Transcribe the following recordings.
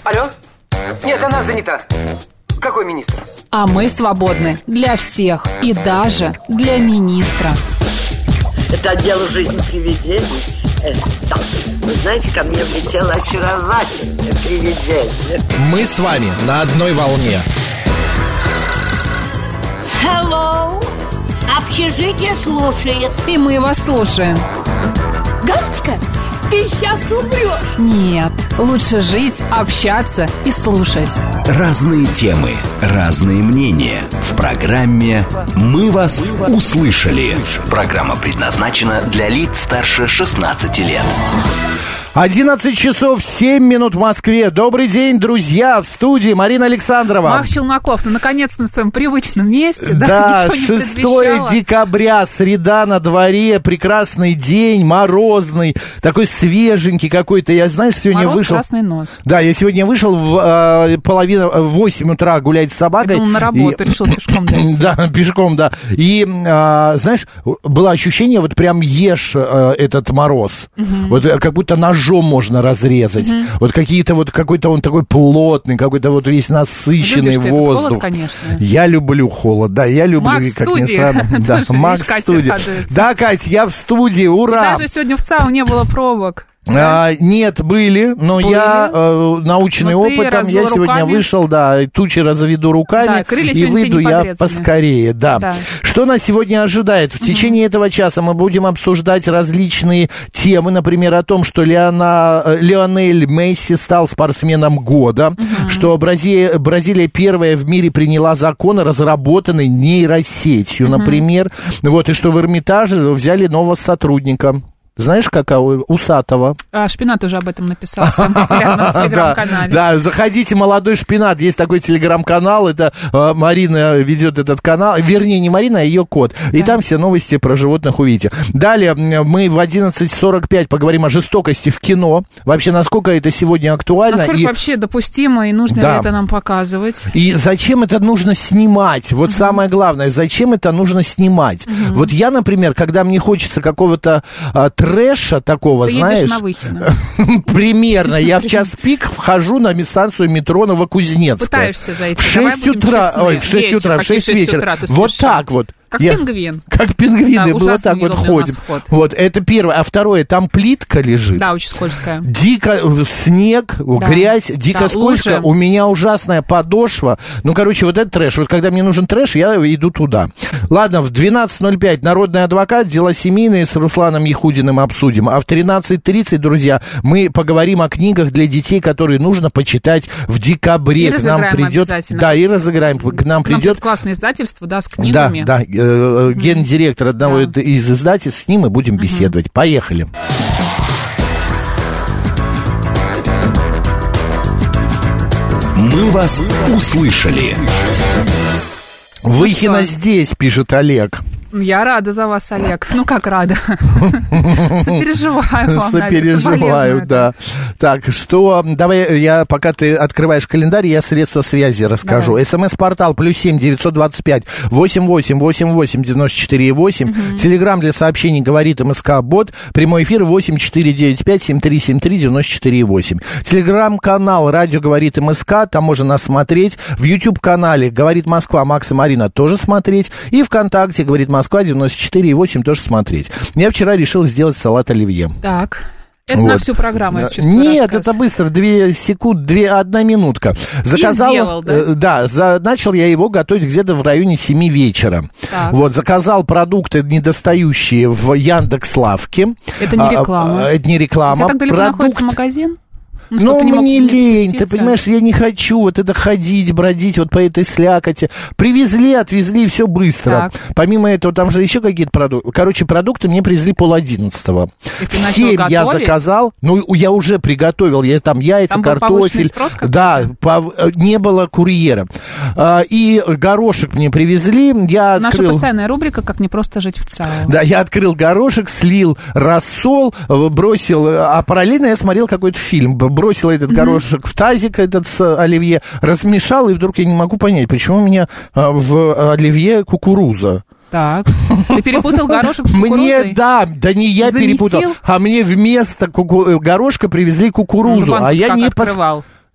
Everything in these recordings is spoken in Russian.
Алло? Нет, она занята. Какой министр? А мы свободны для всех и даже для министра. Это дело жизни привидений. Да. Вы знаете, ко мне влетело очаровательное привидение. Мы с вами на одной волне. Hello. Общежитие слушает. И мы вас слушаем. Галочка, ты сейчас умрешь. Нет, лучше жить, общаться и слушать. Разные темы, разные мнения. В программе «Мы вас услышали». Программа предназначена для лиц старше 16 лет. 11 часов 7 минут в Москве. Добрый день, друзья, в студии Марина Александрова. Мах Челноков, наконец-то на своем привычном месте. Да, 6 декабря, среда на дворе, прекрасный день, морозный, такой свеженький какой-то. Я, знаешь, сегодня Мороз, вышел... красный нос. Да, я сегодня вышел в 8 утра гулять с собакой. Я думал, на работу решил пешком дойти. Да, пешком, да. И, знаешь, было ощущение, вот прям ешь этот мороз. Вот как будто ножом можно разрезать. Вот какие-то вот какой-то он такой плотный, какой-то вот весь насыщенный Любишь воздух. Холод, конечно. Я люблю холод, да, я люблю, Макс как ни студии. странно. Да, Макс в студии. Да, Кать, я в студии, ура! Даже сегодня в ЦАУ не было пробок. Нет, были, но я наученный опытом, я сегодня руками. Вышел, да, тучи разведу руками, да, и выйду я поскорее, да. Что нас сегодня ожидает? В течение этого часа мы будем обсуждать различные темы, например, о том, что Лионель Месси стал спортсменом года, что Бразилия первая в мире приняла закон, разработанный нейросетью, например, вот, и что в Эрмитаже взяли нового сотрудника. Знаешь, какого? Усатого. Шпинат уже об этом написал в своем популярном телеграм-канале. Да, заходите, молодой Шпинат. Есть такой телеграм-канал. Это Марина ведет этот канал. Вернее, не Марина, а ее кот. И там все новости про животных увидите. Далее мы в 11:45 поговорим о жестокости в кино. Вообще, насколько это сегодня актуально. Насколько вообще допустимо и нужно ли это нам показывать. И зачем это нужно снимать? Вот самое главное, зачем это нужно снимать? Вот я, например, когда мне хочется какого-то трэша такого, знаешь, примерно, я в час пик вхожу на станцию метро Новокузнецкая. Пытаешься зайти. В 6 утра, в 6 утра, в 6 вечера. Вот так вот. Как пингвин. Как пингвины, мы вот так вот ходим. Вот, это первое. А второе, там плитка лежит. Да, очень скользкая. Дико снег, грязь, дико скользко. У меня ужасная подошва. Ну, короче, вот это трэш. Вот когда мне нужен трэш, я иду туда. Ладно, в 12:05 народный адвокат, дела семейные с Русланом Яхудиным обсудим. А в 13:30, друзья, мы поговорим о книгах для детей, которые нужно почитать в декабре. И разыграем обязательно. Да, и разыграем. К нам придет классное издательство, да, с книгами. Да, гендиректор одного из издательств, с ним мы будем беседовать. Поехали. Мы вас услышали. Выхина здесь, пишет Олег. Я рада за вас, Олег. Ну, как рада. Сопереживаю вам. Сопереживаю, да. Так, что... Давай, пока ты открываешь календарь, я средства связи расскажу. СМС-портал +7 925 88 88 94 8. Телеграм для сообщений говорит МСК-бот. Прямой эфир 8 495 7373 94 8. Телеграм-канал «Радио говорит МСК». Там можно нас смотреть. В YouTube-канале «Говорит Москва» Макс и Марина тоже смотреть. И ВКонтакте «Говорит Москва» 94,8 тоже смотреть. Я вчера решил сделать салат оливье. Так. Это на всю программу, я чувствую. Нет, это быстро, 2 секунды, 1 минутка. Заказал, и сделал, да? Да, начал я его готовить где-то в районе 7 вечера. Так. Вот, заказал продукты недостающие в Яндекс.Лавке. Это не реклама. Это не реклама. У тебя так далеко находится магазин? Ну, мне лень, ты понимаешь, я не хочу вот это ходить, бродить вот по этой слякоти. Привезли, отвезли, все быстро. Так. Помимо этого, там же еще какие-то продукты. Короче, продукты мне привезли 10:30. В 7 я заказал. Ну, я уже приготовил. Я там яйца, там картофель. Да, не было курьера. И горошек мне привезли. Наша постоянная рубрика «Как не просто жить в ЦАУ». Да, я открыл горошек, слил рассол, бросил. А параллельно я смотрел какой-то фильм. Бросил этот горошек в тазик, этот с оливье, размешал, и вдруг я не могу понять, почему у меня в оливье кукуруза. Так, ты перепутал горошек с кукурузой? Мне, да не я перепутал, а мне вместо горошка привезли кукурузу, а я не открывал.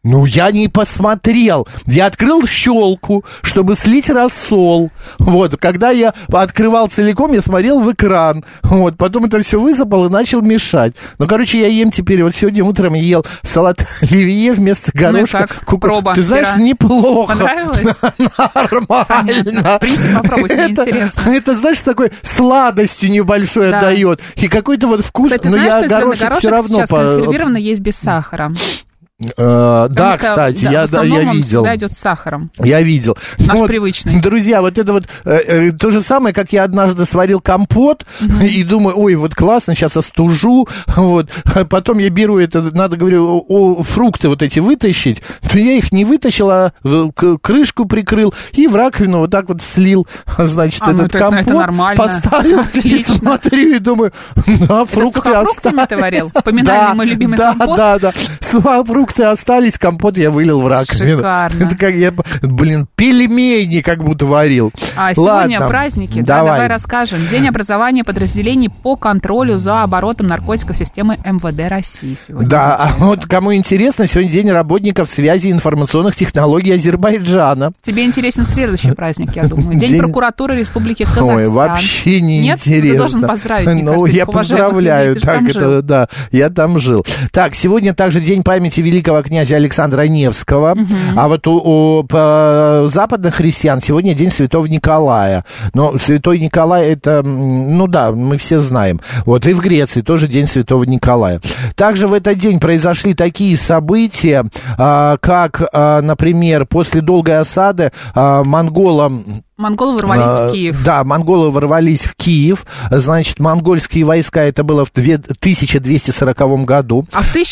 Ну, я не посмотрел. Я открыл щелку, чтобы слить рассол. Вот, когда я открывал целиком, я смотрел в экран. Вот, потом это все высыпал и начал мешать. Ну, короче, я ем теперь, вот сегодня утром ел салат оливье вместо горошка. Ну и как? Проба. Ты знаешь, неплохо. Понравилось? Нормально. Понятно. В принципе, попробуйте, мне интересно. Это, знаешь, такой сладостью небольшой отдает. И какой-то вот вкус, кстати, но знаешь, я горошек все равно... сейчас консервированно есть без сахара. Да, кстати, я видел. Он всегда идет с сахаром. Я видел. Наш привычный. Друзья, вот это вот то же самое, как я однажды сварил компот и думаю, ой, вот классно, сейчас остужу. Вот. А потом я беру это, надо, говорю, фрукты вот эти вытащить. То я их не вытащил, а крышку прикрыл и в раковину вот так вот слил, значит, этот компот. Поставил и смотрю и думаю, да, фрукты остались. С сухофруктами ты варил? Поминальный мой любимый компот? Да. Сухофрукты остались, компот я вылил в раковину. Шикарно. Это как я, пельмени как будто варил. Сегодня праздники, давай расскажем. День образования подразделений по контролю за оборотом наркотиков системы МВД России сегодня. Да, а вот кому интересно, сегодня день работников связи и информационных технологий Азербайджана. Тебе интересен следующий праздник, я думаю. День прокуратуры Республики Казахстан. Ой, вообще не Нет? интересно. Ты должен поздравить, мне кажется, я поздравляю, так это, да, я там жил. Так, сегодня также день памяти великого князя Александра Невского. А вот у западных христиан сегодня день святого Николая. Но святой Николай это, ну да, мы все знаем. Вот и в Греции тоже день святого Николая. Также в этот день произошли такие события, как, например, после долгой осады Монголы ворвались в Киев. Да, монголы ворвались в Киев. Значит, монгольские войска, это было в 1240 году. А в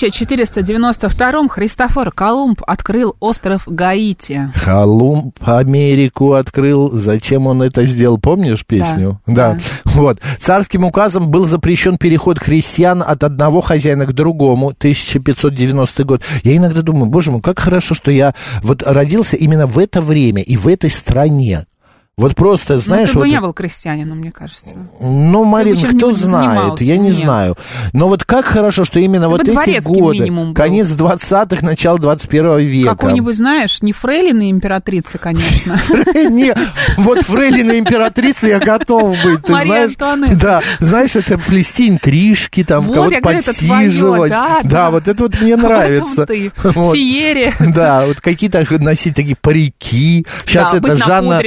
1492-м Христофор Колумб открыл остров Гаити. Колумб Америку открыл. Зачем он это сделал? Помнишь песню? Да. Вот. Царским указом был запрещен переход христиан от одного хозяина к другому. 1590 год. Я иногда думаю, боже мой, как хорошо, что я вот родился именно в это время и в этой стране. Вот просто, знаешь... ты бы не был крестьянином, мне кажется. Ну, Марин, кто знает, я не знаю. Но вот как хорошо, что именно вот эти годы, конец 20-х, начало 21 века. Какой-нибудь, знаешь, не фрейлины императрицы, конечно. Не, вот фрейлины императрицы я готов быть, ты знаешь. Да, знаешь, это плести интрижки, там, кого-то подсиживать. Да, вот это вот мне нравится. Феерия. Да, вот какие-то носить такие парики. Сейчас это Жанна...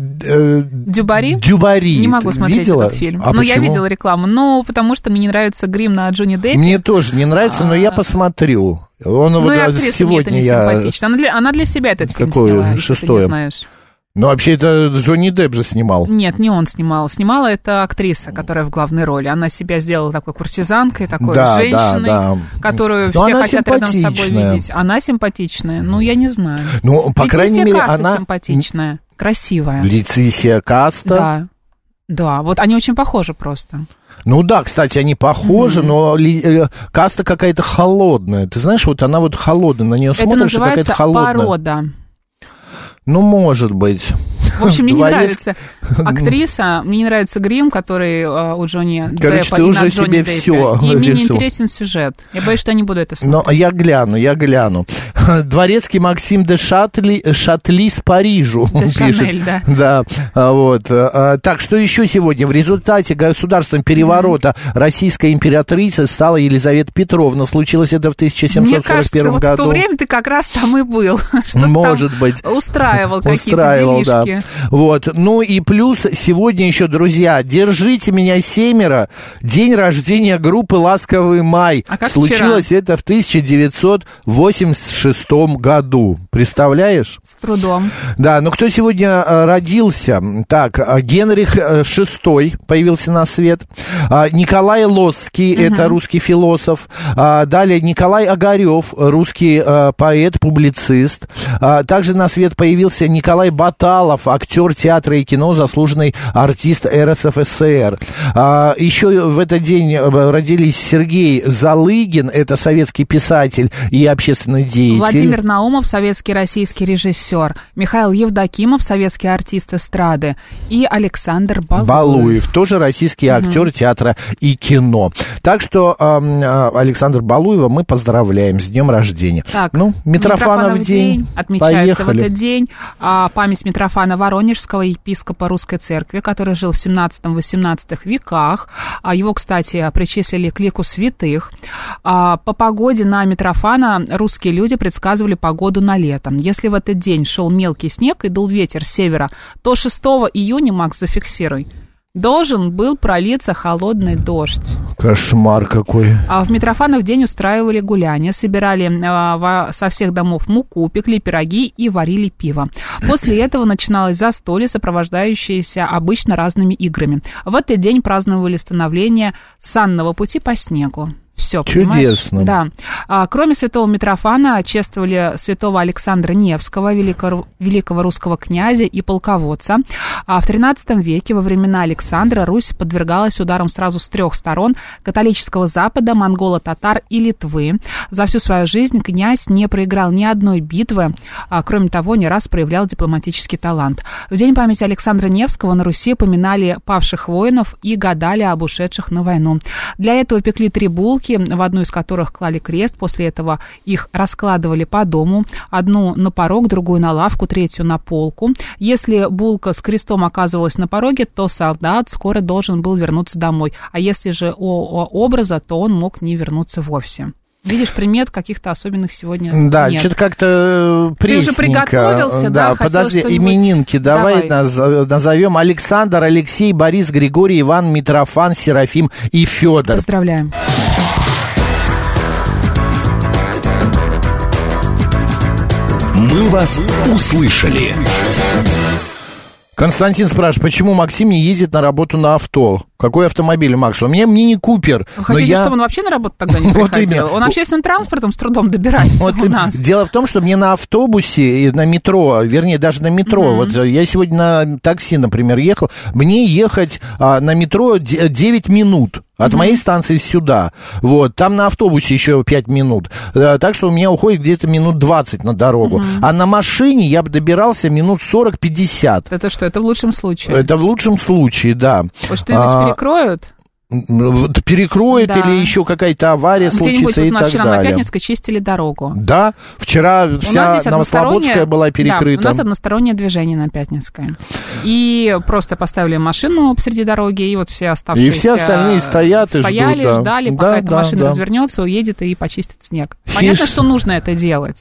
Дюбари? Не могу смотреть этот фильм. А почему? Я видела рекламу. Но потому что мне не нравится грим на Джонни Деппе. Мне тоже не нравится, но я посмотрю. И актриса сегодня мне это не симпатична. Она для себя этот фильм сняла, если ты не знаешь. Ну, вообще, это Джонни Депп же снимал. Нет, не он снимал. Снимала это актриса, которая в главной роли. Она себя сделала такой куртизанкой, такой женщиной, которую все хотят рядом с собой видеть. Она симпатичная? Ну, я не знаю. Ну, по крайней мере, она... симпатичная, красивая. Летисия Каста. Да, вот они очень похожи просто. Ну да, кстати, они похожи, но Каста какая-то холодная. Ты знаешь, вот она вот холодная, на нее смотришь, и какая-то холодная. Это называется порода. Ну, может быть. В общем, мне не нравится актриса, мне не нравится грим, который у Джонни Деппа. Короче, ты уже себе все и мне не интересен сюжет. Я боюсь, что я не буду это смотреть. Но я гляну. Дворецкий Максим де Шатли с Парижу пишет. Да. Вот. Так, что еще сегодня? В результате государственного переворота российская императрица стала Елизавета Петровна. Случилось это в 1741 году. Мне кажется, вот в то время ты как раз там и был. Может быть. Устраивал какие-то делишки. Вот. Ну и плюс сегодня еще, друзья, держите меня 7, день рождения группы «Ласковый май». Случилось это в 1986 году. Представляешь? С трудом. Да, но кто сегодня родился? Так, Генрих VI появился на свет. Николай Лосский, это русский философ. Далее Николай Огарев, русский поэт, публицист. Также на свет появился Николай Баталов, актер театра и кино, заслуженный артист РСФСР. Еще в этот день родились Сергей Залыгин, это советский писатель и общественный деятель. Владимир Наумов, советский российский режиссер. Михаил Евдокимов, советский артист эстрады. И Александр Балуев. Тоже российский актер театра и кино. Так что Александра Балуева мы поздравляем с днем рождения. Так, Митрофанов день. Отмечается в этот день. Память Митрофана Воронежского, епископа Русской Церкви, который жил в 17-18 веках. Его, кстати, причислили к лику святых. По погоде на Митрофана русские люди предсказывали погоду на лето. Если в этот день шел мелкий снег и дул ветер с севера, то 6 июня, Макс, зафиксируй, должен был пролиться холодный дождь. Кошмар какой. А в Митрофанов день устраивали гуляния, собирали со всех домов муку, пекли пироги и варили пиво. После этого начиналось застолье, сопровождающееся обычно разными играми. В этот день праздновали становление санного пути по снегу. Все, чудесно. Да. Кроме святого Митрофана, чествовали святого Александра Невского, великого русского князя и полководца. В XIII веке, во времена Александра, Русь подвергалась ударам сразу с 3 сторон: католического Запада, монголо-татар и Литвы. За всю свою жизнь князь не проиграл ни одной битвы, кроме того, не раз проявлял дипломатический талант. В день памяти Александра Невского на Руси поминали павших воинов и гадали об ушедших на войну. Для этого пекли 3 булки, в одну из которых клали крест, после этого их раскладывали по дому, одну на порог, другую на лавку, третью на полку. Если булка с крестом оказывалась на пороге, то солдат скоро должен был вернуться домой, а если же образа, то он мог не вернуться вовсе. Видишь, примет каких-то особенных сегодня да, нет. Что-то как-то пресненько. Ты уже приготовился, да? Подожди, именинки давай назовем: Александр, Алексей, Борис, Григорий, Иван, Митрофан, Серафим и Федор. Поздравляем. Мы вас услышали. Константин спрашивает, почему Максим не ездит на работу на авто? Какой автомобиль, Макс? У меня мини-купер. Вы хотите, чтобы он вообще на работу тогда не приходил? Он общественным транспортом с трудом добирается у нас. Дело в том, что мне на автобусе и на метро, вернее, даже на метро, вот я сегодня на такси, например, ехал, мне ехать на метро 9 минут. От моей станции сюда. Вот. Там на автобусе еще 5 минут. Так что у меня уходит где-то минут 20 на дорогу. А на машине я бы добирался минут 40-50. Это что, это в лучшем случае? Это в лучшем случае, да. Может, что-нибудь перекроют? Перекроет, да. Или еще какая-то авария случится и так далее. Вчера на Пятницкой чистили дорогу. Да, вчера вся Новослободская была перекрыта. Да, у нас одностороннее движение на Пятницкой. И просто поставили машину посреди дороги, и вот все оставшиеся... И все остальные стоят и стояли, ждут, ждали, пока эта машина развернется, уедет и почистит снег. Понятно, что нужно это делать.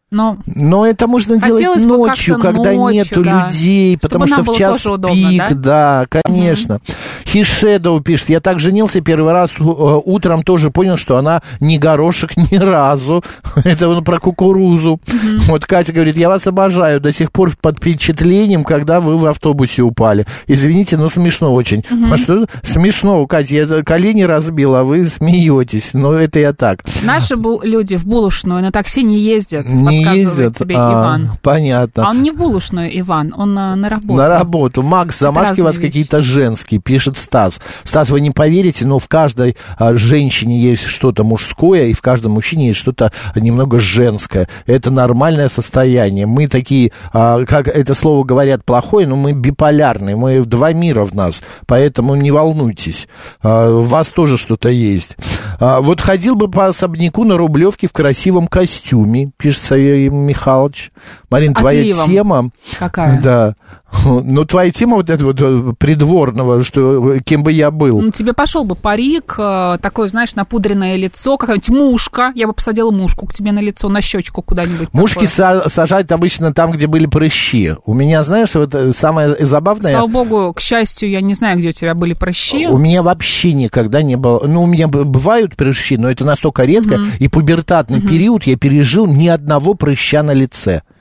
Но это можно делать ночью, когда нету людей, потому что в час пик, да, конечно. Хишедоу пишет, я так женился первый раз утром, тоже понял, что она не горошек ни разу. Это он про кукурузу. Вот Катя говорит, я вас обожаю, до сих пор под впечатлением, когда вы в автобусе упали. Извините, но смешно очень. А что смешно, Катя, я колени разбила, а вы смеетесь. Но это я так. Наши люди в булочную на такси не ездят. Не ездят, тебе Иван. Понятно. А он не в булочную, Иван, он на работу. На работу. Макс, замашки у вас какие-то женские, пишет Стас. Стас, вы не поверите, но в каждой женщине есть что-то мужское, и в каждом мужчине есть что-то немного женское. Это нормальное состояние. Мы такие, как это слово говорят, плохое, но мы биполярные, мы в 2 мира в нас, поэтому не волнуйтесь. У вас тоже что-то есть. Вот ходил бы по особняку на Рублевке в красивом костюме, пишет Савелий Михайлович. Марин, твоя тема... Какая? Да. Ну, твоя тема вот этого вот придворного, что кем бы я был. Ну, тебе пошел бы парик, такое, знаешь, напудренное лицо, какая-нибудь мушка. Я бы посадила мушку к тебе на лицо, на щечку куда-нибудь. Мушки сажают обычно там, где были прыщи. У меня, знаешь, вот самое забавное... Слава богу, к счастью, я не знаю, где у тебя были прыщи. У меня вообще никогда не было... Ну, у меня бывают прыщи, но это настолько редко. И пубертатный период я пережил ни одного прыща на лице.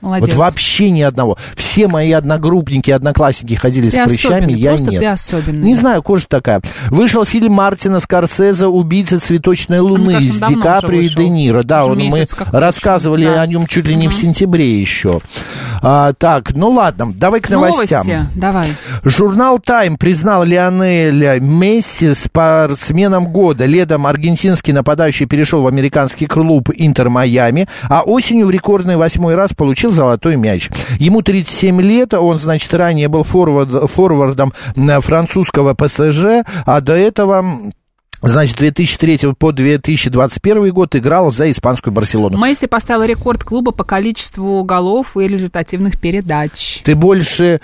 Молодец. Вот вообще ни одного. Все мои одногруппники, одноклассники ходили Ты с прыщами, особенный, я просто нет. ты особенный. Не знаю, кожа такая. Вышел фильм Мартина Скорсезе «Убийца цветочной луны» кажется, с давно Ди Каприо уже и Де Ниро. Да, Уже мы месяц какой-то рассказывали вышел. Да. о нем чуть ли не в сентябре еще. Так, ну ладно, давай к новостям. Новости, давай. Журнал «Тайм» признал Лионеля Месси спортсменом года. Летом аргентинский нападающий перешел в американский клуб «Интер Майами», а осенью в рекордный 8-й раз получил золотой мяч. Ему 37 лет, он, значит, ранее был форвардом французского ПСЖ, а до этого... Значит, 2003 по 2021 год играл за испанскую Барселону. Месси поставил рекорд клуба по количеству голов и результативных передач. Ты больше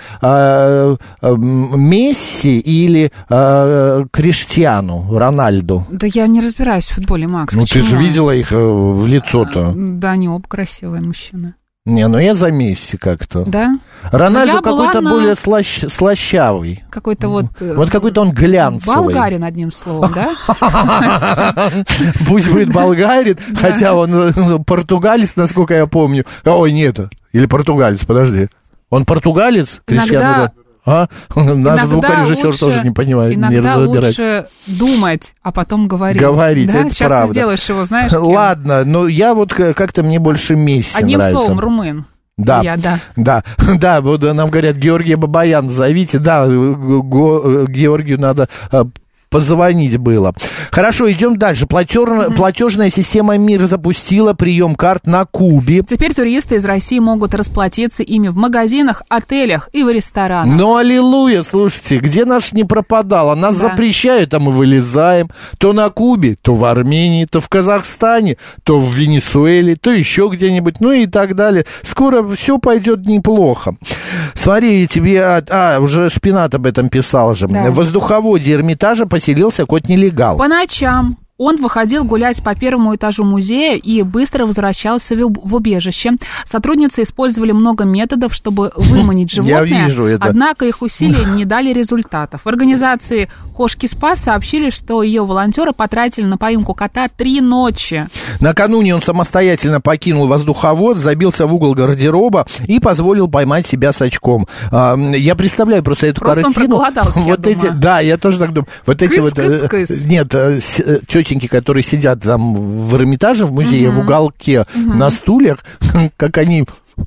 Месси или Криштиану Рональду? Да я не разбираюсь в футболе, Макс. Ну, почему? ты же видела их в лицо-то. Да, они оба красивые мужчины. Не, ну я за Месси как-то. Да? Рональду Я была какой-то на- более слащавый. Какой-то вот... Вот какой-то он глянцевый. Болгарин, одним словом, да? Пусть будет болгарин, хотя он португалец, насколько я помню. Ой, нет, или португалец, подожди. Он португалец? Иногда- Наш звукорежиссер тоже не понимает, не иногда разбирает. лучше думать, а потом говорить. Говорить, да? это Сейчас правда. ты сделаешь его, знаешь, кем? Ладно, но я вот как-то мне больше Месси Одним нравится. словом, румын. Да, Я, да. да, вот нам говорят, Георгия Бабаян зовите, да, Георгию надо позвонить было. Хорошо, идем дальше. Платежная система МИР запустила прием карт на Кубе. Теперь туристы из России могут расплатиться ими в магазинах, отелях и в ресторанах. Ну, аллилуйя, слушайте, где наш не пропадал? Нас Да. запрещают, а мы вылезаем. То на Кубе, то в Армении, то в Казахстане, то в Венесуэле, то еще где-нибудь, ну и так далее. Скоро все пойдет неплохо. Смотри, тебе... уже Шпинат об этом писал же. Да. В воздуховоде Эрмитажа поселился кот-нелегал. По ночам он выходил гулять по первому этажу музея и быстро возвращался в убежище. Сотрудницы использовали много методов, чтобы выманить животное, Я вижу это. однако их усилия не дали результатов. В организации «Кошки Спас» сообщили, что ее волонтеры потратили на поимку кота 3 ночи. Накануне он самостоятельно покинул воздуховод, забился в угол гардероба и позволил поймать себя с очком. Я представляю просто эту Просто он картину. проголодался, я Вот эти, думаю. да, я тоже так думаю. Вот эти вот... Кыс-кыс-кыс. Нет, тетеньки, которые сидят там в Эрмитаже, в музее, в уголке, на стульях, как они...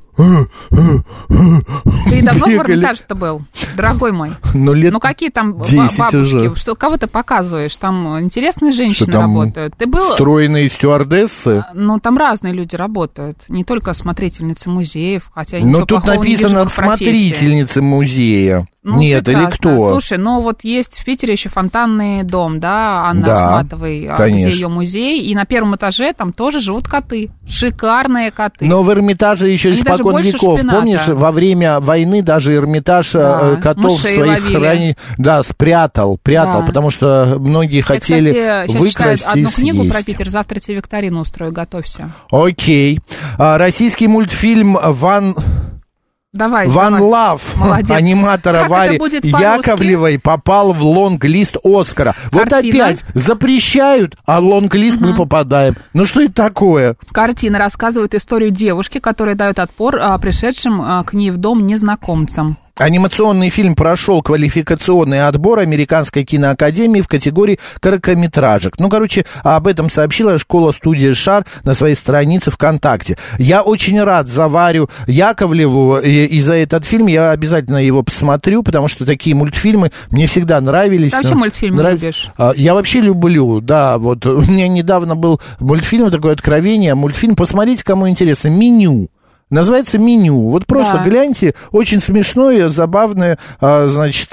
Ты давно в бегали. Эрмитаже-то был, дорогой мой? Ну, лет Ну, какие там 10 бабушки? уже. Что, кого ты показываешь? Там интересные Что женщины там работают. Ты был? стройные стюардессы. Ну, там разные люди работают. Не только смотрительницы музеев, хотя Но ничего тут плохого не вижу в написано их профессии. «смотрительницы музея». Ну, Нет, или прекрасно. кто? Слушай, ну вот есть в Питере еще фонтанный дом, да, Анны Да, Ахматовой, конечно. где ее музей, и на первом этаже там тоже живут коты, шикарные коты. Но в Эрмитаже еще Они даже испокон больше веков. Шпината. Помнишь, во время войны даже Эрмитаж Да, котов мышей своих ловили. спрятал, Да. потому что многие Я, хотели кстати, сейчас выкрасть читаю и одну книгу съесть. про Питер, завтра тебе викторину устрою, готовься. Окей. Российский мультфильм Давай, «Ван давай. Лав» Молодец. аниматора Как Вари это будет по-русски? Яковлевой попал в лонг-лист Оскара. Вот Картина? опять запрещают, а в лонг-лист мы попадаем. Ну что это такое? Картина рассказывает историю девушки, которая дает отпор пришедшим к ней в дом незнакомцам. Анимационный фильм прошел квалификационный отбор Американской киноакадемии в категории короткометражек. Ну, короче, об этом сообщила школа-студия «Шар» на своей странице ВКонтакте. Я очень рад за Варю Яковлеву и за этот фильм. Я обязательно его посмотрю, потому что такие мультфильмы мне всегда нравились. Ты вообще мультфильмы любишь? Я вообще люблю, да. Вот у меня недавно был мультфильм, такое откровение. Мультфильм, посмотрите, кому интересно, «Меню». Называется «Меню». Вот просто Да. гляньте, очень смешное, забавное, значит,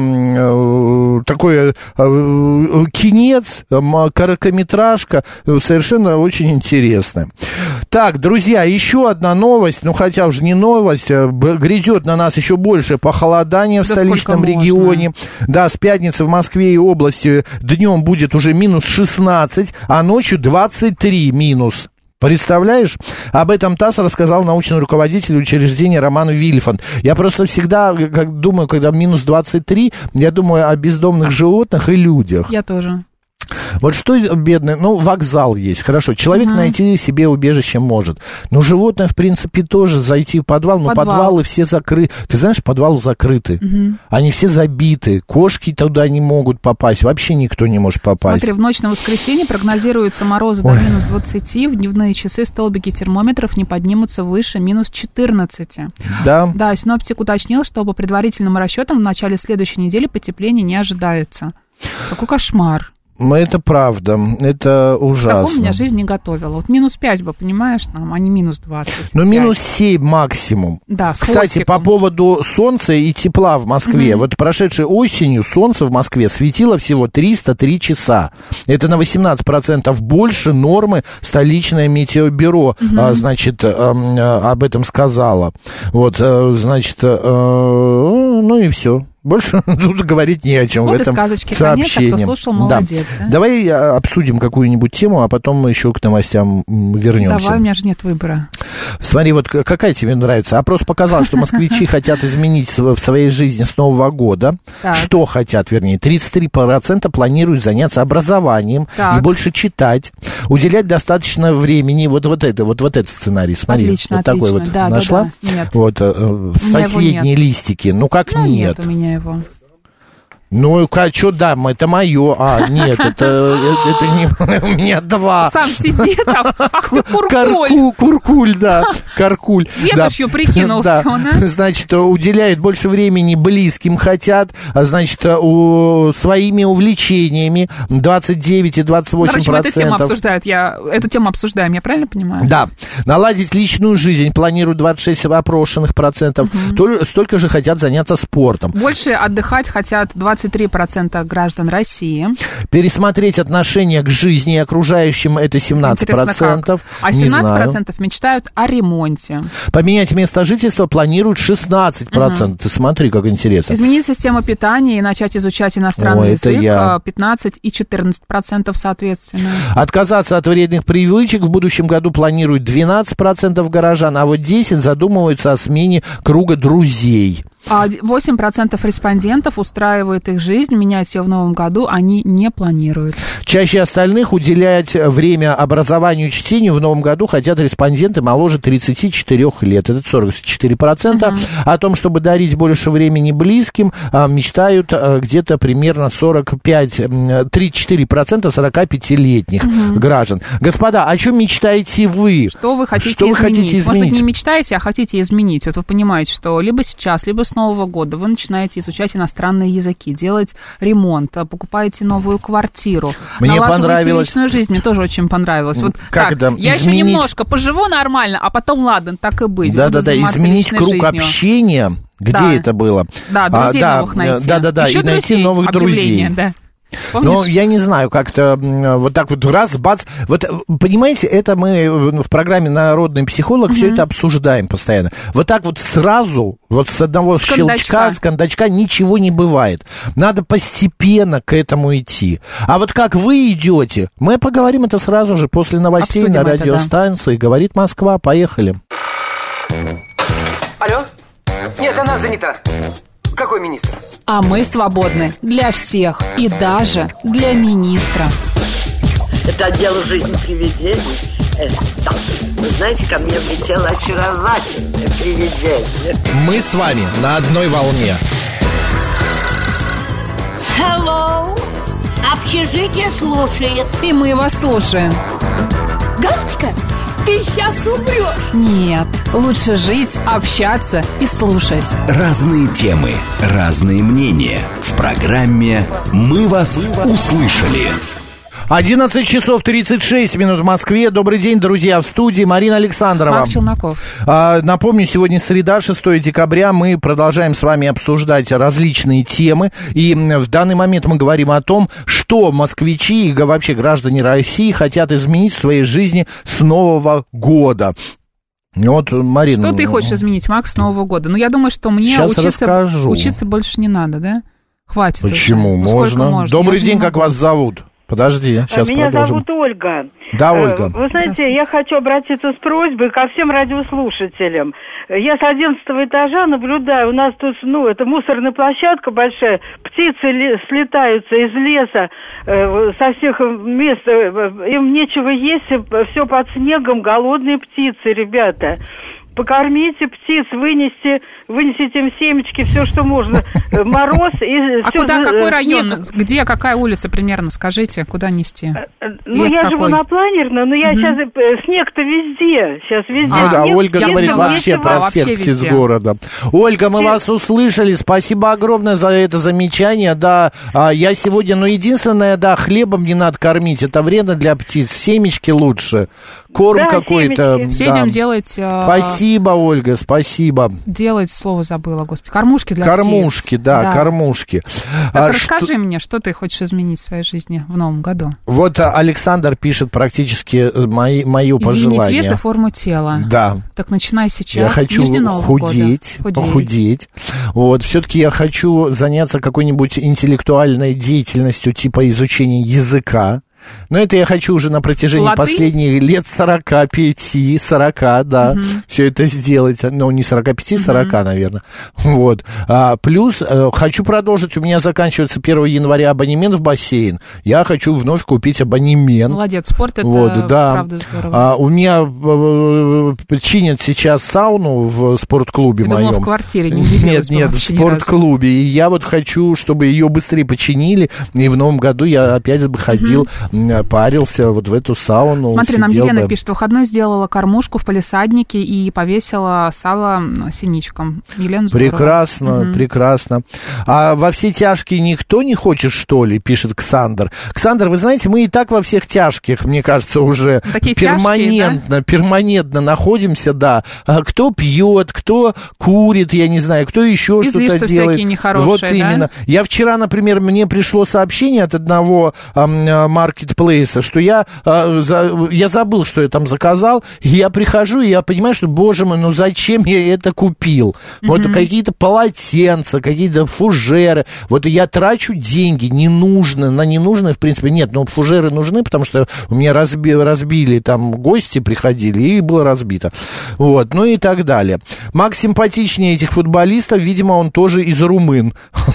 такой кинец, короткометражка, совершенно очень интересная. Так, друзья, еще одна новость, ну хотя уже не новость, грядет на нас еще больше похолодание в Да столичном сколько можно? регионе. Да, с пятницы в Москве и области днем будет уже минус 16, а ночью 23 минус. Представляешь? Об этом ТАСС рассказал научный руководитель учреждения Роман Вильфанд. Я просто всегда думаю, когда минус 23, я думаю о бездомных животных и людях. Я тоже. Вот что, бедный, вокзал есть, хорошо, человек найти себе убежище может, но животное, в принципе, тоже зайти в подвал, но подвалы все закрыты, ты знаешь, подвалы закрыты, они все забиты, кошки туда не могут попасть, вообще никто не может попасть. Смотри, в ночь на воскресенье прогнозируются морозы до минус 20, в дневные часы столбики термометров не поднимутся выше минус 14. Да? Да, синоптик уточнил, что по предварительным расчетам в начале следующей недели потепления не ожидается. Какой кошмар. Это правда, это ужасно. Такого меня жизнь не готовила. Вот минус 5 бы, понимаешь, нам, а не минус 20. Ну, минус 7 максимум. Да, с Кстати, хвостиком. по поводу солнца и тепла в Москве. Вот прошедшей осенью солнце в Москве светило всего 303 часа. Это на 18% больше нормы столичное метеобюро, об этом сказала. Вот, ну и все. Больше тут говорить не о чем вот в этом сказочки, сообщении. Конечно, кто слушал, молодец. Да. Давай обсудим какую-нибудь тему, а потом мы еще к новостям вернемся. Давай, у меня же нет выбора. Смотри, вот какая тебе нравится? Опрос показал, что москвичи хотят изменить в своей жизни с Нового года. Так. Что хотят, вернее? 33% планируют заняться образованием и больше читать, уделять достаточно времени. Вот этот сценарий, смотри. Отлично, вот такой вот. Да, нашла? Да. Нет. Вот соседние листики. Ну как нет? Нет у меня его. Ну, что, да, это мое. А, нет, это не у меня два. Сам сиди там, ах ты куркуль. Куркуль, да, каркуль. Ветошью прикинулся он, а? Значит, уделяют больше времени близким хотят, значит, своими увлечениями 29 и 28%. Короче, эту тему обсуждаем, я правильно понимаю? Да. Наладить личную жизнь планируют 26 опрошенных процентов. Столько же хотят заняться спортом. Больше отдыхать хотят 23% граждан России. Пересмотреть отношение к жизни и окружающим — это 17%. А 17% мечтают о ремонте. Поменять место жительства планируют 16%. Ты смотри, как интересно. Изменить систему питания и начать изучать иностранный язык 15 и 14% соответственно. Отказаться от вредных привычек в будущем году планируют 12% горожан, а вот 10% задумываются о смене круга друзей. 8% респондентов устраивает их жизнь, менять ее в новом году они не планируют. Чаще остальных уделять время образованию и чтению в новом году хотят респонденты моложе 34 лет. Это 44%. О том, чтобы дарить больше времени близким, мечтают где-то примерно 34% 45-летних граждан. Господа, о чем мечтаете вы? Что вы хотите изменить? Может быть, не мечтаете, а хотите изменить. Вот вы понимаете, что либо сейчас, либо с Нового года вы начинаете изучать иностранные языки, делать ремонт, покупаете новую квартиру, налаживаете личную жизнь. Мне тоже очень понравилось. Вот как так, это? Я еще немножко поживу нормально, а потом, ладно, так и быть. Да, изменить круг жизнью. Общения. Где это было? Да, друзей новых найти. Да, и найти новых друзей. Да. Но я не знаю, как-то вот так вот раз, бац. Вот, понимаете, это мы в программе «Народный психолог» все это обсуждаем постоянно. Вот так вот сразу, вот с одного щелчка, с кондачка ничего не бывает. Надо постепенно к этому идти. А вот как вы идете, мы поговорим это сразу же после новостей на радиостанции. «Говорит Москва». Поехали. Алло? Нет, она занята. Какой министр? А мы свободны для всех и даже для министра. Это отдел жизни привидений. Да. Вы знаете, ко мне влетело очаровательное привидение. Мы с вами на одной волне. Hello. Общежитие слушает. И мы вас слушаем. Галочка, ты сейчас умрешь. Нет, лучше жить, общаться и слушать. Разные темы, разные мнения. В программе «Мы вас услышали». 11 часов 36 минут в Москве. Добрый день, друзья, в студии Марина Александрова. Макс Челноков. Напомню, сегодня среда, 6 декабря. Мы продолжаем с вами обсуждать различные темы. И в данный момент мы говорим о том, что москвичи и вообще граждане России хотят изменить в своей жизни с Нового года. Вот, Марина. Что ты хочешь изменить, Макс, с Нового года? Ну, я думаю, что мне учиться больше не надо, да? Хватит. Почему? Можно. Добрый день, как вас зовут? Подожди, сейчас Меня продолжим. зовут Ольга. Да, Ольга. Вы знаете, я хочу обратиться с просьбой ко всем радиослушателям. Я с 11-го этажа наблюдаю, у нас тут, это мусорная площадка большая, птицы слетаются из леса, со всех мест, им нечего есть, все под снегом, голодные птицы, ребята. Покормите птиц, вынесите им семечки, все, что можно. Мороз и А все. куда, какой район? Где, какая улица примерно, скажите, куда нести? Я живу на Планерной, но я сейчас... Снег-то везде. Сейчас везде. Ольга говорит вообще про всех птиц города. Ольга, мы вас услышали. Спасибо огромное за это замечание. Да, я сегодня, единственное, хлебом не надо кормить. Это вредно для птиц. Семечки лучше. Корм какой-то. Детям делать... Спасибо, Ольга, спасибо. Делать, слово забыла, господи. Кормушки для птиц. Кормушки, да, кормушки. Так расскажи мне, что ты хочешь изменить в своей жизни в новом году? Вот Александр пишет практически мое пожелание. Изменить вес и форму тела. Да. Так начинай сейчас. Я хочу похудеть. Вот, все-таки я хочу заняться какой-нибудь интеллектуальной деятельностью, типа изучения языка. Но это я хочу уже на протяжении последних лет 45-40, да, все это сделать. Не 45-40, наверное. Вот. Плюс хочу продолжить. У меня заканчивается 1 января абонемент в бассейн. Я хочу вновь купить абонемент. Молодец, спорт это правда здорово. У меня чинят сейчас сауну в спортклубе моем. Я думала, в квартире, не удивилась. Нет, в спортклубе. И я вот хочу, чтобы ее быстрее починили. И в новом году я опять бы ходил... парился вот в эту сауну. Смотри, нам Елена пишет, в выходной сделала кормушку в палисаднике и повесила сало синичкам. Елена, здорово. Прекрасно, прекрасно. А во все тяжкие никто не хочет, что ли, пишет Ксандр. Ксандр, вы знаете, мы и так во всех тяжких, мне кажется, уже перманентно находимся, да. Кто пьет, кто курит, я не знаю, кто еще что-то делает. Вот именно. Я вчера, например, мне пришло сообщение от одного маркетплейса, что я забыл, что я там заказал, и я прихожу, и я понимаю, что, боже мой, зачем я это купил? Вот какие-то полотенца, какие-то фужеры, вот я трачу деньги на ненужные, в принципе, нет, фужеры нужны, потому что у меня разбили, там гости приходили, и было разбито, вот, и так далее. Макс симпатичнее этих футболистов, видимо, он тоже из румын.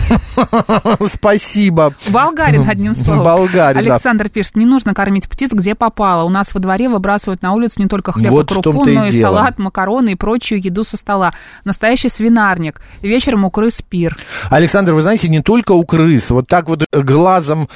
Спасибо. Болгарин, одним словом. Болгарин, Александр пишет, не нужно кормить птиц, где попало. У нас во дворе выбрасывают на улицу не только хлеб и крупу, но и салат, макароны и прочую еду со стола. Настоящий свинарник. Вечером у крыс пир. Александр, вы знаете, не только у крыс. Вот так вот глазом...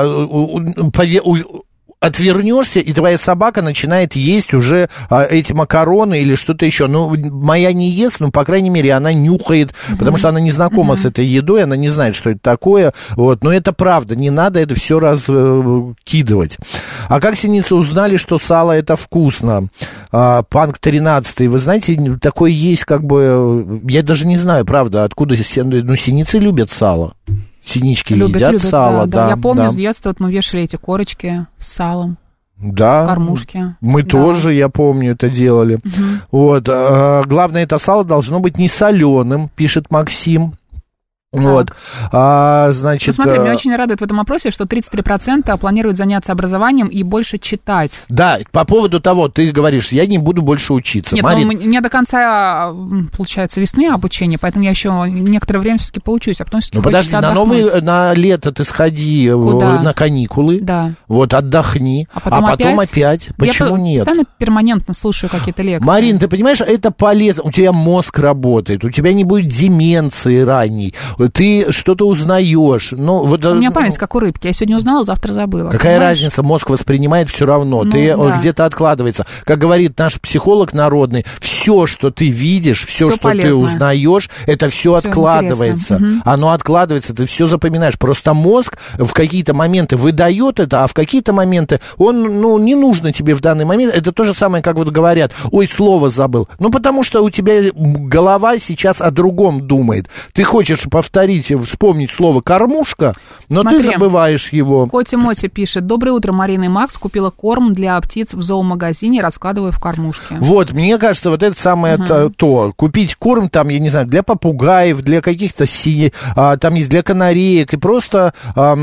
отвернешься, и твоя собака начинает есть уже эти макароны или что-то еще. Моя не ест, но, по крайней мере, она нюхает, потому что она не знакома с этой едой, она не знает, что это такое. Вот. Но это правда, не надо это все раскидывать. А как синицы узнали, что сало это вкусно? Панк 13, вы знаете, такое есть я даже не знаю, правда, откуда синицы любят сало. Синички едят сало, да. Я помню, с детства мы вешали эти корочки с салом. Да, кормушки. Мы тоже, я помню, это делали. Вот. Главное, это сало должно быть не соленым, пишет Максим. Вот, значит... Смотри, меня очень радует в этом опросе, что 33% планируют заняться образованием и больше читать. Да, по поводу того, ты говоришь, я не буду больше учиться. Нет, не до конца, получается, весны обучение, поэтому я еще некоторое время все-таки поучусь, а потом все-таки подожди, на лето ты сходи на каникулы, вот, отдохни, а потом опять. Почему нет? Я постоянно перманентно слушаю какие-то лекции. Марин, ты понимаешь, это полезно, у тебя мозг работает, у тебя не будет деменции ранней, ты что-то узнаешь. У меня память как у рыбки. Я сегодня узнала, завтра забыла. Какая разница? Мозг воспринимает все равно. Где-то откладывается. Как говорит наш психолог народный, все, что ты видишь, все, что полезное. Ты узнаешь, это все откладывается. Оно откладывается, ты все запоминаешь. Просто мозг в какие-то моменты выдает это, а в какие-то моменты он, не нужно тебе в данный момент. Это то же самое, как говорят, ой, слово забыл. Потому что у тебя голова сейчас о другом думает. Ты хочешь повторить повторить, вспомнить слово «кормушка», но Смотри, ты забываешь его. Коти Моти пишет: доброе утро, Марина и Макс. Купила корм для птиц в зоомагазине, раскладываю в кормушке. Вот, мне кажется, вот это самое то. Купить корм там, я не знаю, для попугаев, для каких-то там есть для канареек, и просто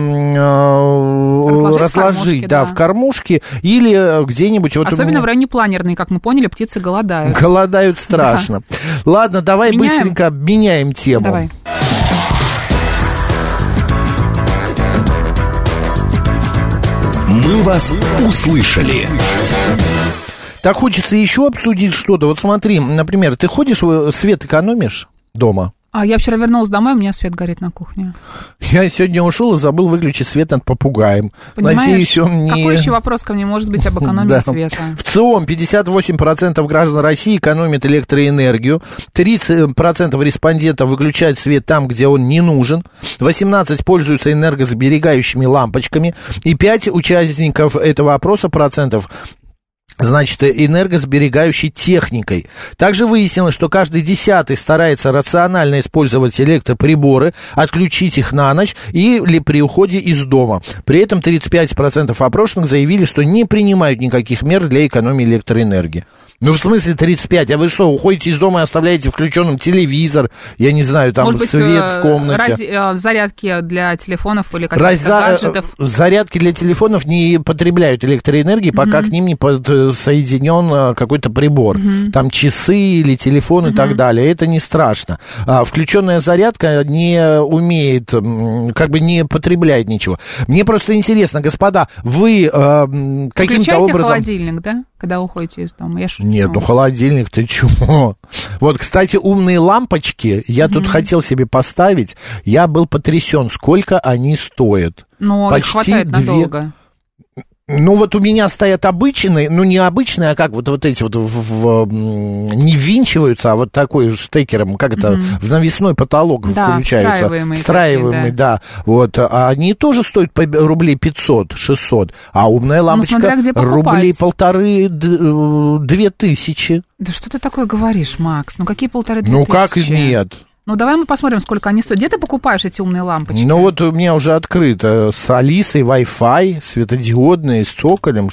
разложить, да, в кормушке или где-нибудь... Вот особенно в районе планерной, как мы поняли, птицы голодают. Голодают страшно. Да. Ладно, давай быстренько меняем тему. Давай. Мы вас услышали. Так хочется еще обсудить что-то. Вот смотри, например, ты ходишь, свет экономишь дома? А я вчера вернулась домой, у меня свет горит на кухне. Я сегодня ушел и забыл выключить свет над попугаем. Понимаешь, надеюсь, он не... Какой еще вопрос ко мне может быть об экономии света? В ЦИОМ 58% граждан России экономят электроэнергию, 30% респондентов выключают свет там, где он не нужен, 18% пользуются энергосберегающими лампочками, и 5 участников этого опроса процентов, значит, энергосберегающей техникой. Также выяснилось, что каждый 10-й старается рационально использовать электроприборы, отключить их на ночь или при уходе из дома. При этом 35% опрошенных заявили, что не принимают никаких мер для экономии электроэнергии. Ну, в смысле 35? А вы что, уходите из дома и оставляете включенным телевизор, я не знаю, там может свет быть, в комнате? Зарядки для телефонов или каких-то гаджетов? Зарядки для телефонов не потребляют электроэнергии, пока к ним не подсоединен какой-то прибор. Там часы или телефон и так далее. Это не страшно. Включенная зарядка не умеет, как бы не потребляет ничего. Мне просто интересно, господа, вы каким-то образом... холодильник, да, когда уходите из дома? Я шучу. Нет, ну холодильник, ты чего? Вот, кстати, умные лампочки я тут хотел себе поставить. Я был потрясен, сколько они стоят. Но их хватает надолго. Ну, вот у меня стоят обычные, ну, не обычные, а как вот эти вот не ввинчиваются, а вот такой штекером, как это, в навесной потолок включаются. Встраиваемые, да. Вот, а они тоже стоят рублей 500-600, а умная лампочка рублей 1500-2000. Да что ты такое говоришь, Макс? Ну, какие 1500-2000? Ну, как нет? Ну, давай мы посмотрим, сколько они стоят. Где ты покупаешь эти умные лампочки? Ну, вот у меня уже открыто. С Алисой, Wi-Fi, светодиодные, с цоколем,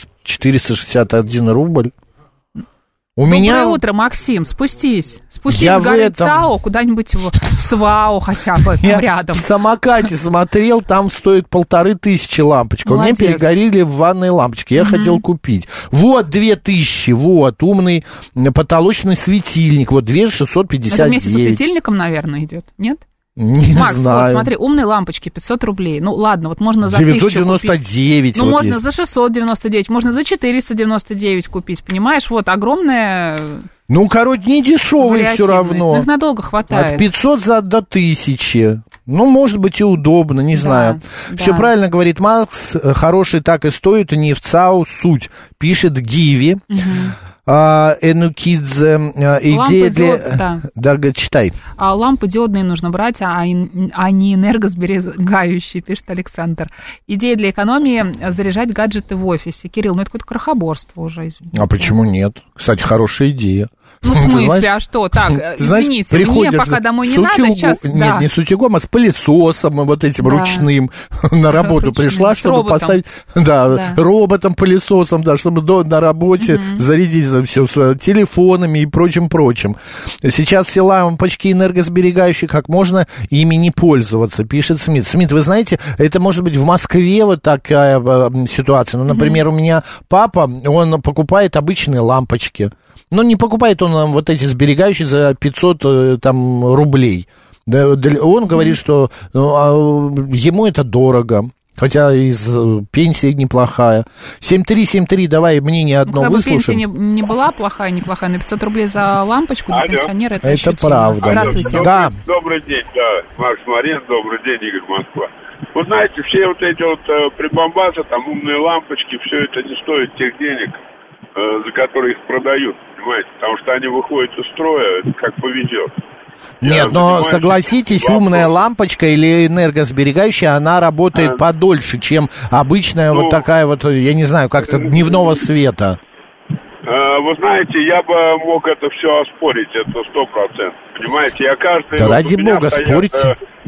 461 рубль. Доброе утро, Максим, спустись. Спустись в горы ЦАО, куда-нибудь в СВАО хотя бы, там рядом. В самокате смотрел, там стоит 1500 лампочка. Молодец. У меня перегорели в ванной лампочки, я хотел купить. Вот 2000, вот, умный потолочный светильник, вот 2659. Это вместе со светильником, наверное, идет, нет? Не Макс, знаю. Вот смотри, умные лампочки, 500 рублей. Ну, ладно, вот можно за 999 1000 купить. Ну, вот можно есть. за 699, можно за 499 купить, понимаешь? Вот, огромная... Ну, короче, не дешевые все равно. Но их надолго хватает. От 500 до 1000. Ну, может быть, и удобно, не знаю. Все правильно говорит Макс, хороший так и стоит, не в ЦАУ суть, пишет Гиви. Энукидзе, идея для... Да, читай. Лампы диодные нужно брать, а не энергосберегающие, пишет Александр. Идея для экономии — заряжать гаджеты в офисе. Кирилл, ну это какое-то крохоборство уже, извините. А почему нет? Кстати, хорошая идея. Ну, в смысле, а что? Так, извините, мне пока домой не надо, сейчас... Нет, не с утюгом, а с пылесосом, вот этим ручным на работу пришла, чтобы поставить... Да, роботом-пылесосом, да, чтобы на работе зарядить все с телефонами и прочим-прочим. Сейчас все лампочки энергосберегающие, как можно ими не пользоваться, пишет Смит. Смит, вы знаете, это может быть в Москве вот такая ситуация. Ну, например, у меня папа, он покупает обычные лампочки. Но не покупает он вот эти сберегающие за 500 там, рублей. Он говорит, что ему это дорого. Хотя из пенсии неплохая. 7373, давай мнение одно выслушаем. Пенсия не была плохая, неплохая, но 500 рублей за лампочку для пенсионера — это ощутимо. Правда. Здравствуйте. Да. Добрый день, да, Макс Марин, добрый день, Игорь Москва. Вы знаете, все вот эти вот прибамбасы, там умные лампочки, все это не стоит тех денег, за которые их продают, понимаете, потому что они выходят из строя, как повезет. Нет, но согласитесь, умная лампочка или энергосберегающая, она работает подольше, чем обычная вот такая вот, я не знаю, как-то дневного света. Вы знаете, я бы мог это все оспорить, это 100%. Понимаете, я каждый... Да ради бога, спорите.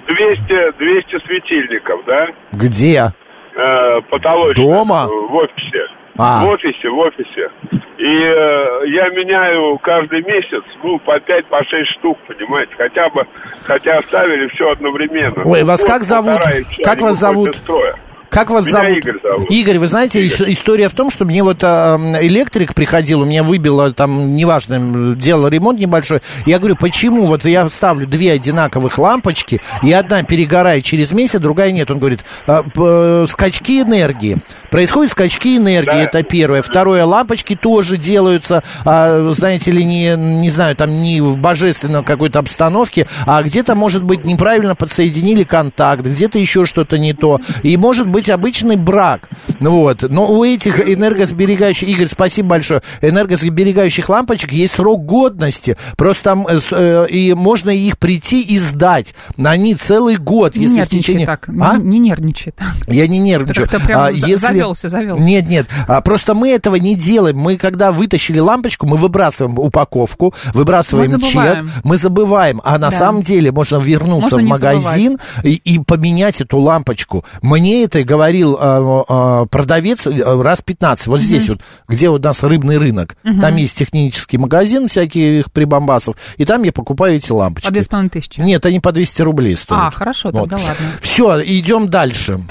200 светильников, да? Где? Потолочных. Дома? В офисе. В офисе. И я меняю каждый месяц, по 5, по 6 штук, понимаете, хотя оставили все одновременно. Ой, вас как зовут? Как вас зовут? Как вас зовут? Игорь зовут. Игорь, вы знаете, история в том, что мне вот электрик приходил, у меня выбило там, неважно, делал ремонт небольшой. Я говорю, почему вот я ставлю 2 одинаковых лампочки, и одна перегорает через месяц, другая нет. Он говорит, скачки энергии. Происходят скачки энергии, да. Это первое. Второе, лампочки тоже делаются, знаете ли, не знаю, там не в божественной какой-то обстановке, а где-то, может быть, неправильно подсоединили контакт, где-то еще что-то не то. И может быть обычный брак. Вот. Но у этих энергосберегающих, Игорь, спасибо большое, энергосберегающих лампочек есть срок годности. Просто там и можно их прийти и сдать. Они целый год. Не если нервничай в течение... так. Не нервничай так. Я не нервничаю. Ты как-то прям завелся. Нет. Просто мы этого не делаем. Мы, когда вытащили лампочку, мы выбрасываем упаковку, выбрасываем чек, мы забываем. А на самом деле можно вернуться в магазин и поменять эту лампочку. Мне это говорил продавец раз 15. Вот здесь вот, где у нас рыбный рынок. Там есть технический магазин всяких прибамбасов. И там я покупаю эти лампочки. По 2500? Нет, они по 200 рублей стоят. Хорошо, тогда ладно. Все, идем дальше.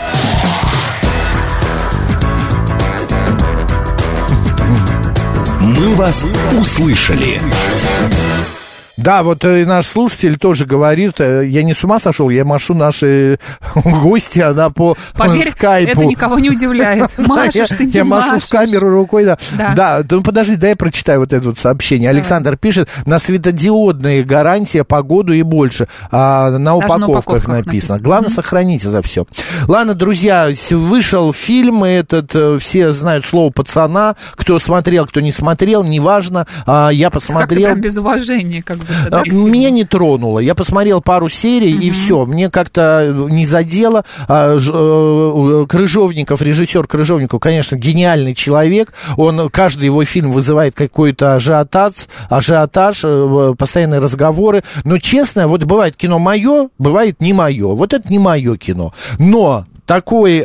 Мы вас услышали. Да, вот и наш слушатель тоже говорит, я не с ума сошел, я машу наши гости, она по скайпу. Это никого не удивляет. Машешь, ты не Я машу в камеру рукой, да. Ну подожди, дай я прочитаю вот это вот сообщение. Александр пишет, на светодиодные гарантия по году и больше. На упаковках написано. Главное, сохранить это все. Ладно, друзья, вышел фильм этот, все знают слово «пацана». Кто смотрел, кто не смотрел, неважно. Я посмотрел. Как-то прям без уважения, как бы. Меня не тронуло. Я посмотрел пару серий, и все. Мне как-то не задело. Крыжовников, режиссер Крыжовников, конечно, гениальный человек. Каждый его фильм вызывает какой-то ажиотаж, постоянные разговоры. Но, честно, вот бывает кино мое, бывает не мое. Вот это не мое кино. Но такой...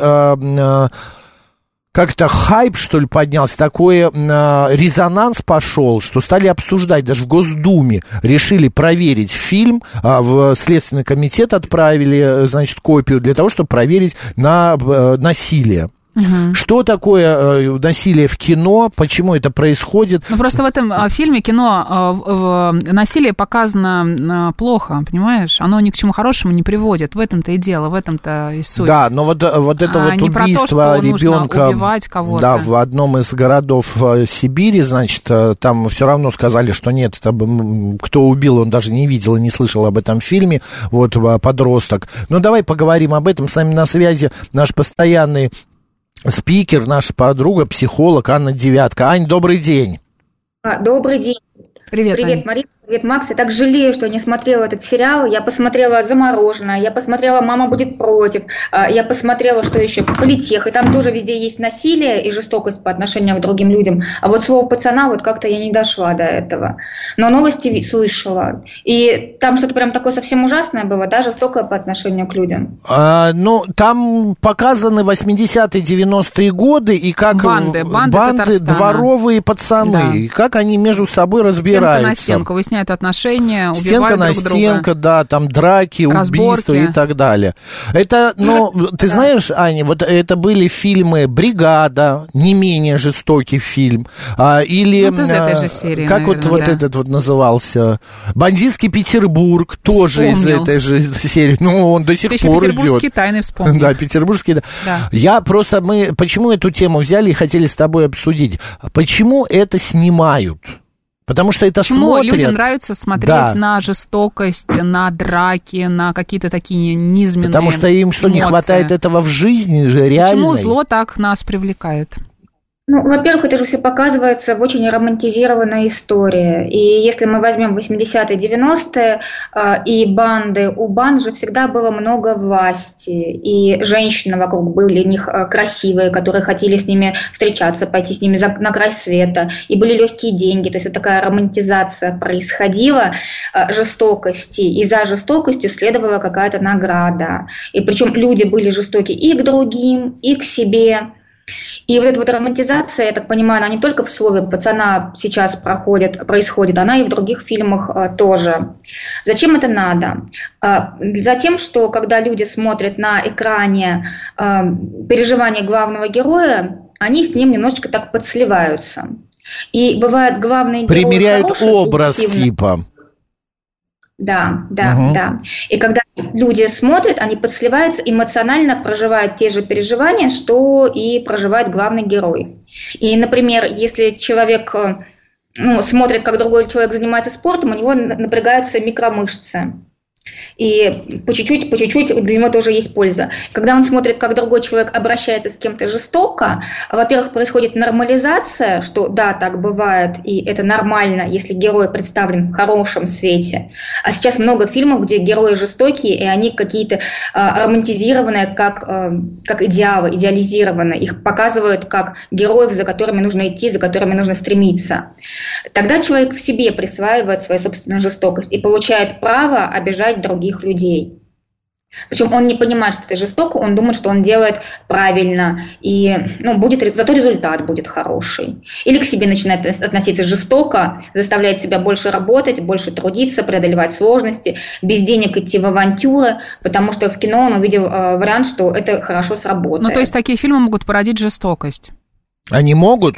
как-то хайп, что ли, поднялся, такой резонанс пошел, что стали обсуждать, даже в Госдуме решили проверить фильм, в Следственный комитет отправили, значит, копию для того, чтобы проверить на насилие. Что такое насилие в кино, почему это происходит? Ну, просто в этом фильме кино насилие показано плохо, понимаешь? Оно ни к чему хорошему не приводит. В этом-то и дело, в этом-то и суть. Да, но вот это вот убийство ребенка, убивать кого-то. Да, в одном из городов Сибири, значит, там все равно сказали, что нет, это, кто убил, он даже не видел и не слышал об этом фильме, вот, подросток. Но давай поговорим об этом. С нами на связи наш постоянный спикер, наша подруга, психолог Анна Девятка. Ань, добрый день. Добрый день. Привет, Марина. Привет, Макс. Я так жалею, что не смотрела этот сериал. Я посмотрела «Замороженное», я посмотрела «Мама будет против», я посмотрела, что еще, «Политех», и там тоже везде есть насилие и жестокость по отношению к другим людям. А вот слово «пацана» вот как-то я не дошла до этого. Но новости слышала. И там что-то прям такое совсем ужасное было, да, жестокое по отношению к людям. Ну, там показаны 80-е, 90-е годы, и как банды дворовые пацаны, да. И как они между собой разбираются. Выясняют отношения, убивают стенка на друг стенка, да, там драки, разборки, убийства и так далее. Это, ты знаешь, Аня, вот это были фильмы «Бригада», не менее жестокий фильм, или... из этой же серии, как наверное, вот этот вот назывался? «Бандитский Петербург», тоже из этой же серии. Ну, он до сих пор идет. «Петербургские тайны» вспомнил. Да, «Петербургские», да. Я просто, почему эту тему взяли и хотели с тобой обсудить? Почему это снимают? Потому что это Почему смотрят. Людям нравится смотреть на жестокость, на драки, на какие-то такие низменные Потому что им что, эмоции. Не хватает этого в жизни же, реальной? Почему зло так нас привлекает? Ну, во-первых, это же все показывается в очень романтизированной истории. И если мы возьмем 80-е, 90-е, и банды, у банд же всегда было много власти. И женщины вокруг были у них красивые, которые хотели с ними встречаться, пойти с ними на край света. И были легкие деньги. То есть вот такая романтизация происходила жестокости. И за жестокостью следовала какая-то награда. И причем люди были жестоки и к другим, и к себе. И вот эта вот романтизация, я так понимаю, она не только в слове «пацана» сейчас происходит, она и в других фильмах тоже. Зачем это надо? Затем, что когда люди смотрят на экране переживания главного героя, они с ним немножечко так подсливаются. И бывает главный герой примеряют хороший, образ типа. Да. И когда люди смотрят, они подсливаются, эмоционально проживают те же переживания, что и проживает главный герой. И, например, если человек смотрит, как другой человек занимается спортом, у него напрягаются микромышцы. И по чуть-чуть для него тоже есть польза. Когда он смотрит, как другой человек обращается с кем-то жестоко, во-первых, происходит нормализация, что да, так бывает, и это нормально, если герой представлен в хорошем свете. А сейчас много фильмов, где герои жестокие, и они какие-то романтизированные, как идеалы, идеализированные. Их показывают как героев, за которыми нужно идти, за которыми нужно стремиться. Тогда человек в себе присваивает свою собственную жестокость и получает право обижать других людей. Причем он не понимает, что это жестоко, он думает, что он делает правильно, и зато результат будет хороший. Или к себе начинает относиться жестоко, заставляет себя больше работать, больше трудиться, преодолевать сложности, без денег идти в авантюры, потому что в кино он увидел вариант, что это хорошо сработает. То есть такие фильмы могут породить жестокость? Они могут?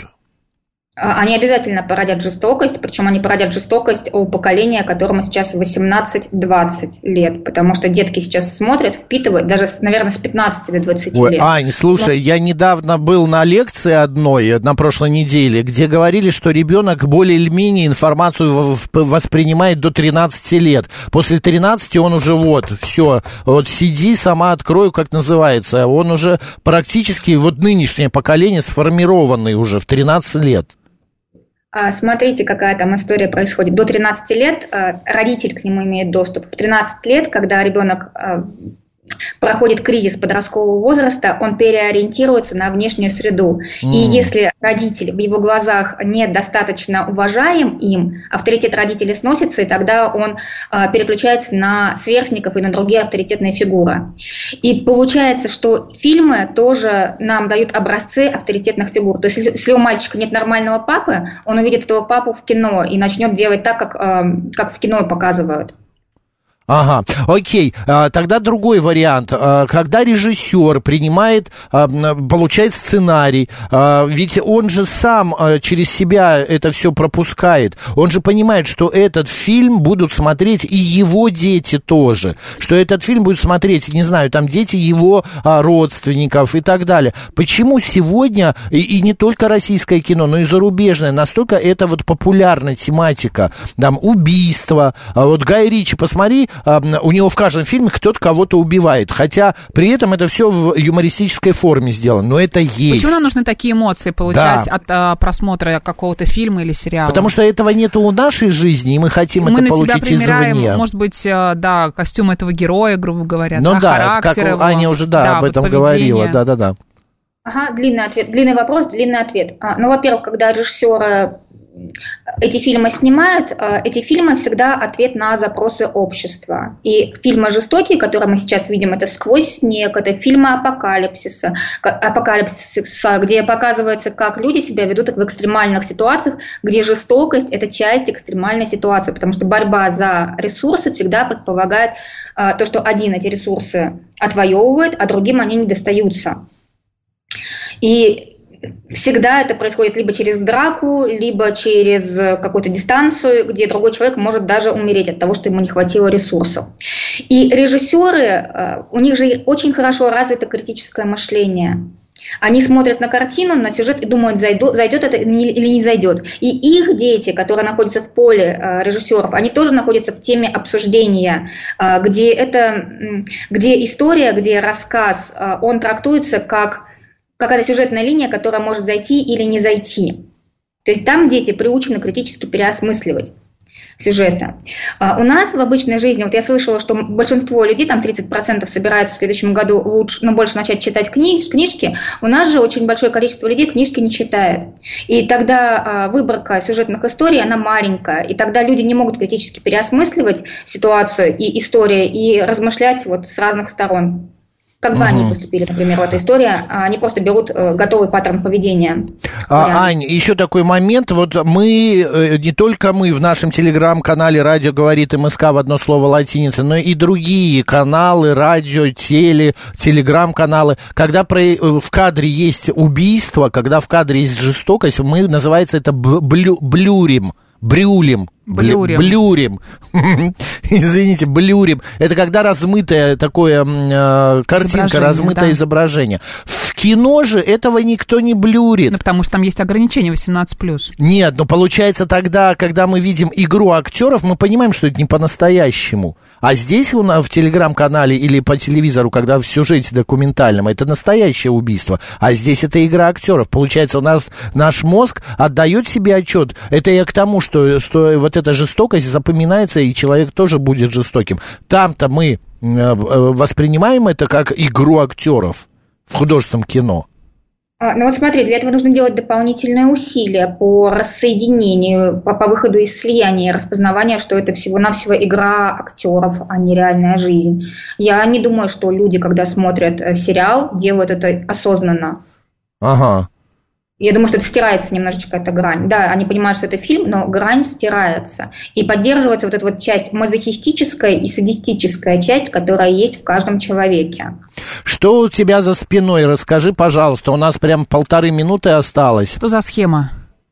Они обязательно породят жестокость, причем они породят жестокость у поколения, которому сейчас 18-20 лет, потому что детки сейчас смотрят, впитывают, даже, наверное, с 15 до 20 лет. Ань, слушай, я недавно был на лекции одной, на прошлой неделе, где говорили, что ребенок более или менее информацию воспринимает до 13 лет. После 13 он уже все, сиди, сама открою, как называется. Он уже практически, нынешнее поколение сформированный уже в 13 лет. Смотрите, какая там история происходит. До 13 лет родитель к нему имеет доступ. В 13 лет, когда ребенок проходит кризис подросткового возраста, он переориентируется на внешнюю среду. И если родитель в его глазах недостаточно уважаем им, авторитет родителей сносится, и тогда он переключается на сверстников и на другие авторитетные фигуры. И получается, что фильмы тоже нам дают образцы авторитетных фигур. То есть если у мальчика нет нормального папы, он увидит этого папу в кино и начнет делать так, как в кино показывают. Ага, окей, тогда другой вариант. Когда режиссер получает сценарий, ведь он же сам через себя это все пропускает. Он же понимает, что этот фильм будут смотреть и его дети тоже. Что этот фильм будут смотреть, не знаю, там дети его родственников и так далее. Почему сегодня, и не только российское кино, но и зарубежное, настолько это популярная тематика, там, убийства. Гай Ричи, посмотри, у него в каждом фильме кто-то кого-то убивает, хотя при этом это все в юмористической форме сделано, но это есть. Почему нам нужны такие эмоции получать от просмотра какого-то фильма или сериала? Потому что этого нету в нашей жизни, и мы хотим это получить извне. Может быть, костюм этого героя, грубо говоря, как характер его. Аня уже об этом говорила, да. Ага, длинный вопрос, длинный ответ. Во-первых, когда режиссеры эти фильмы снимают, эти фильмы всегда ответ на запросы общества. И фильмы жестокие, которые мы сейчас видим, это «Сквозь снег», это фильмы апокалипсиса, где показывается, как люди себя ведут в экстремальных ситуациях, где жестокость – это часть экстремальной ситуации, потому что борьба за ресурсы всегда предполагает то, что один эти ресурсы отвоевывает, а другим они не достаются. И всегда это происходит либо через драку, либо через какую-то дистанцию, где другой человек может даже умереть от того, что ему не хватило ресурсов. И режиссеры, у них же очень хорошо развито критическое мышление. Они смотрят на картину, на сюжет и думают, зайдет это или не зайдет. И их дети, которые находятся в поле режиссеров, они тоже находятся в теме обсуждения, где история, где рассказ, он трактуется как какая-то сюжетная линия, которая может зайти или не зайти. То есть там дети приучены критически переосмысливать сюжета. У нас в обычной жизни, вот я слышала, что большинство людей, там 30% собирается в следующем году больше начать читать книжки, у нас же очень большое количество людей книжки не читает. И тогда выборка сюжетных историй, она маленькая, и тогда люди не могут критически переосмысливать ситуацию и историю и размышлять вот с разных сторон. Как бы они поступили, например, в этой истории, они просто берут готовый паттерн поведения. Ань, еще такой момент, вот мы, не только мы в нашем телеграм-канале «Радио говорит МСК» в одно слово латиница, но и другие каналы, радио, телеграм-каналы, когда в кадре есть убийство, когда в кадре есть жестокость, мы, называется это блюрим. Извините, блюрим. Это когда размытое такое картинка, размытое изображение. В кино же этого никто не блюрит. Ну, потому что там есть ограничение 18+. Нет, но получается тогда, когда мы видим игру актеров, мы понимаем, что это не по-настоящему. А здесь в телеграм-канале или по телевизору, когда в сюжете документальном, это настоящее убийство. А здесь это игра актеров. Получается, у нас наш мозг отдает себе отчет. Это я к тому, что вот эта жестокость запоминается, и человек тоже будет жестоким. Там-то мы воспринимаем это как игру актеров в художественном кино. Ну вот смотри, для этого нужно делать дополнительные усилия по рассоединению, по выходу из слияния, распознавания, что это всего-навсего игра актеров, а не реальная жизнь. Я не думаю, что люди, когда смотрят сериал, делают это осознанно. Ага. Я думаю, что это стирается немножечко, эта грань. Да, они понимают, что это фильм, но грань стирается. И поддерживается вот эта вот часть мазохистическая и садистическая часть, которая есть в каждом человеке. Что у тебя за спиной? Расскажи, пожалуйста. У нас прям 1,5 минуты осталось. Что за схема?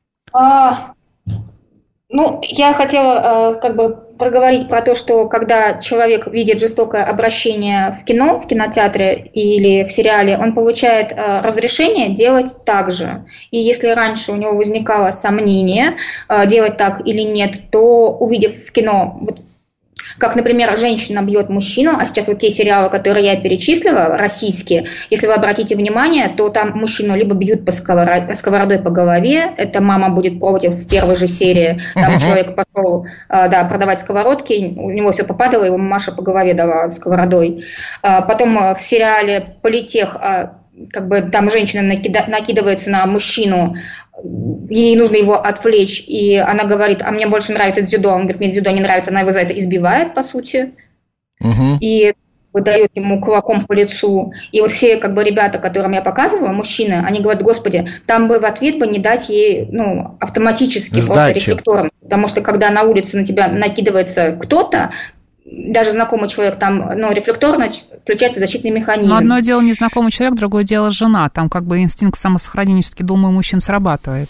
Я хотела проговорить про то, что когда человек видит жестокое обращение в кино, в кинотеатре или в сериале, он получает разрешение делать так же. И если раньше у него возникало сомнение, делать так или нет, то, увидев в кино, как, например, женщина бьет мужчину, а сейчас вот те сериалы, которые я перечислила, российские, если вы обратите внимание, то там мужчину либо бьют сковородой по голове, это «Мама будет против» в первой же серии, там человек пошел продавать сковородки, у него все попадало, его мамаша по голове дала сковородой. Потом в сериале «Политех» там женщина накидывается на мужчину, ей нужно его отвлечь, и она говорит: а мне больше нравится дзюдо. Он говорит: мне дзюдо не нравится, она его за это избивает, по сути, и выдает ему кулаком по лицу. И вот все ребята, которым я показывала, мужчины, они говорят: господи, там бы в ответ бы не дать ей автоматически просто рефлектором, потому что когда на улице на тебя накидывается кто-то, даже знакомый человек, там, рефлекторно включается защитный механизм. Но одно дело незнакомый человек, другое дело жена. Там инстинкт самосохранения все-таки, думаю, у мужчин срабатывает.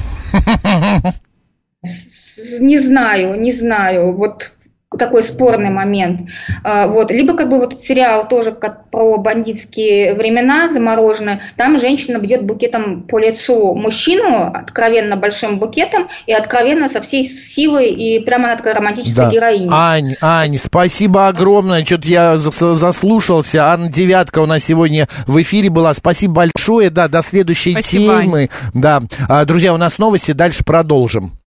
Не знаю. Вот такой спорный момент. Либо сериал тоже про бандитские времена замороженные. Там женщина бьет букетом по лицу мужчину, откровенно большим букетом, и откровенно со всей силой, и прямо она такая романтическая героиня. Ань, спасибо огромное. Что-то я заслушался. Анна Девятка у нас сегодня в эфире была. Спасибо большое. Да, до следующей темы. Да. Друзья, у нас новости. Дальше продолжим.